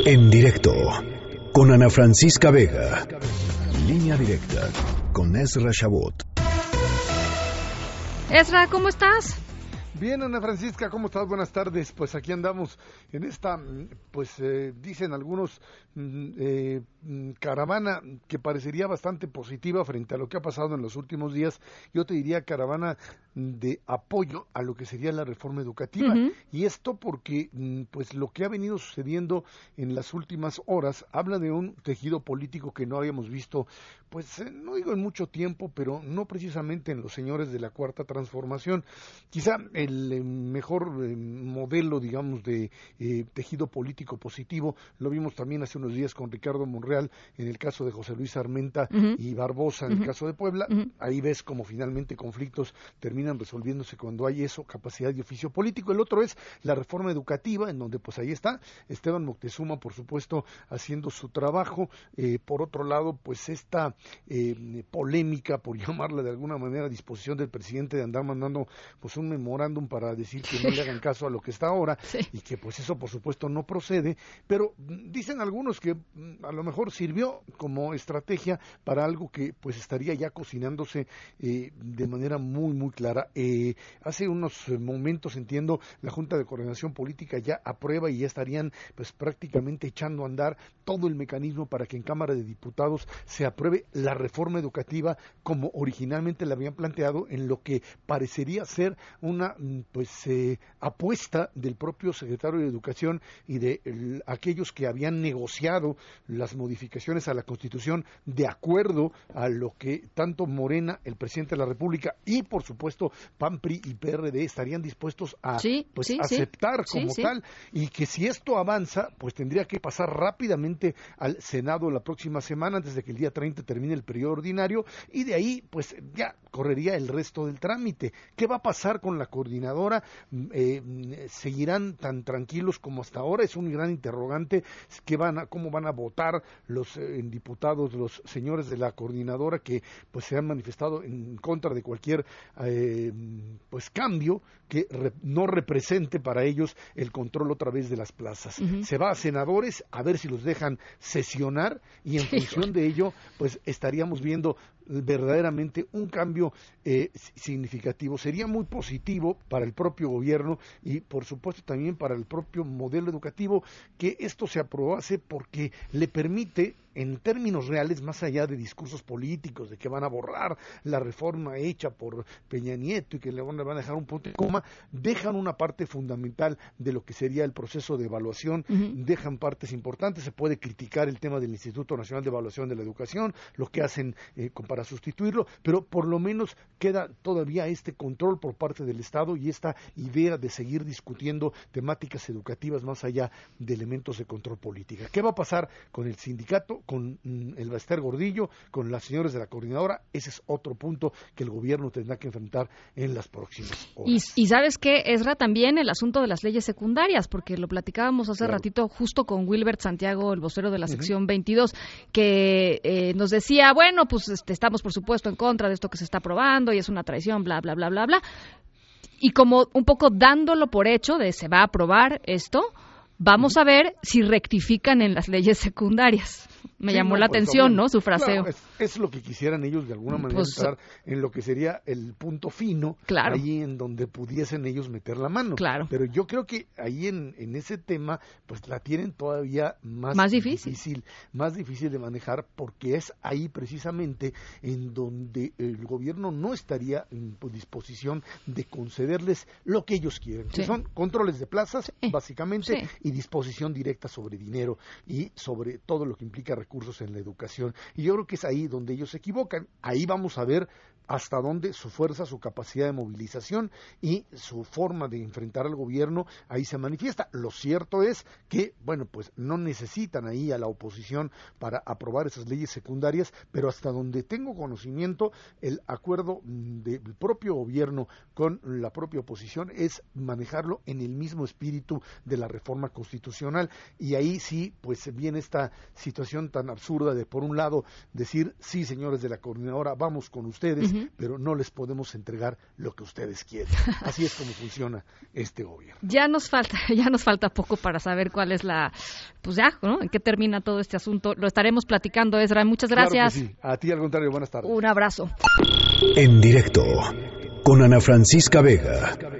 En directo con Ana Francisca Vega. Línea directa con Ezra Shabot. Ezra, ¿cómo estás? Bien, Ana Francisca, ¿cómo estás? Buenas tardes. Pues aquí andamos en esta, dicen algunos, caravana que parecería bastante positiva frente a lo que ha pasado en los últimos días. Yo te diría caravana de apoyo a lo que sería la reforma educativa. Uh-huh. Y esto porque, pues lo que ha venido sucediendo en las últimas horas habla de un tejido político que no habíamos visto, pues no digo en mucho tiempo, pero no precisamente en los señores de la Cuarta Transformación. Quizá el mejor modelo, digamos, de tejido político positivo lo vimos también hace unos días con Ricardo Monreal en el caso de José Luis Armenta uh-huh. y Barbosa en uh-huh. el caso de Puebla. Uh-huh. Ahí ves como finalmente conflictos terminan resolviéndose cuando hay eso, capacidad y oficio político. El otro es la reforma educativa, en donde pues ahí está Esteban Moctezuma, por supuesto, haciendo su trabajo. Por otro lado, pues esta polémica, por llamarla de alguna manera, a disposición del presidente de andar mandando pues un memorándum para decir que no le hagan caso a lo que está ahora, sí. Y que pues eso por supuesto no procede, pero dicen algunos que a lo mejor sirvió como estrategia para algo que pues estaría ya cocinándose de manera muy muy clara. Hace unos momentos, entiendo, la Junta de Coordinación Política ya aprueba y ya estarían pues prácticamente echando a andar todo el mecanismo para que en Cámara de Diputados se apruebe la reforma educativa como originalmente la habían planteado, en lo que parecería ser una apuesta del propio secretario de Educación y de aquellos que habían negociado las modificaciones a la Constitución de acuerdo a lo que tanto Morena, el presidente de la República, y por supuesto PAN, PRI y PRD estarían dispuestos a aceptar como tal, y que si esto avanza, pues tendría que pasar rápidamente al Senado la próxima semana, antes de que el día 30 termine el periodo ordinario, y de ahí pues ya correría el resto del trámite. ¿Qué va a pasar con la coordinadora? ¿Seguirán tan tranquilos como hasta ahora? Es un gran interrogante. ¿Cómo van a votar los diputados, los señores de la coordinadora, que pues se han manifestado en contra de cualquier cambio que no represente para ellos el control otra vez de las plazas? Uh-huh. Se va a senadores a ver si los dejan sesionar, y en función de ello pues estaríamos viendo verdaderamente un cambio significativo. Sería muy positivo para el propio gobierno y por supuesto también para el propio modelo educativo que esto se aprobase, porque le permite, en términos reales, más allá de discursos políticos de que van a borrar la reforma hecha por Peña Nieto y que le van a dejar un punto y coma, dejan una parte fundamental de lo que sería el proceso de evaluación. Uh-huh. Dejan partes importantes. Se puede criticar el tema del Instituto Nacional de Evaluación de la Educación, lo que hacen para sustituirlo, pero por lo menos queda todavía este control por parte del Estado y esta idea de seguir discutiendo temáticas educativas más allá de elementos de control política. ¿Qué va a pasar con el sindicato, con el Baester Gordillo, con las señores de la coordinadora? Ese es otro punto que el gobierno tendrá que enfrentar en las próximas horas. Y ¿sabes qué, Ezra? También el asunto de las leyes secundarias, porque lo platicábamos hace ratito justo con Wilbert Santiago, el vocero de la sección 22, que nos decía, bueno, pues estamos por supuesto en contra de esto que se está aprobando y es una traición, bla, bla, bla, bla, bla. Y como un poco dándolo por hecho de se va a aprobar esto, vamos a ver si rectifican en las leyes secundarias. Me llamó la atención, ¿no? Su fraseo. Claro, es lo que quisieran ellos de alguna manera entrar en lo que sería el punto fino, claro, ahí en donde pudiesen ellos meter la mano. Claro. Pero yo creo que ahí en ese tema, pues la tienen todavía más difícil de manejar, porque es ahí precisamente en donde el gobierno no estaría en disposición de concederles lo que ellos quieren, que son controles de plazas, básicamente, y disposición directa sobre dinero y sobre todo lo que implica recursos en la educación. Y yo creo que es ahí donde ellos se equivocan. Ahí vamos a ver hasta dónde su fuerza, su capacidad de movilización y su forma de enfrentar al gobierno ahí se manifiesta. Lo cierto es que, bueno, pues no necesitan ahí a la oposición para aprobar esas leyes secundarias, pero hasta donde tengo conocimiento, el acuerdo del propio gobierno con la propia oposición es manejarlo en el mismo espíritu de la reforma constitucional, y ahí sí, pues viene esta situación situación tan absurda de, por un lado, decir, sí, señores de la coordinadora, vamos con ustedes, pero no les podemos entregar lo que ustedes quieren. Así es como funciona este gobierno. Ya nos falta poco para saber cuál es pues ya, ¿no? En qué termina todo este asunto. Lo estaremos platicando, Ezra. Muchas gracias. Claro que sí. A ti, al contrario, buenas tardes. Un abrazo. En directo, con Ana Francisca Vega.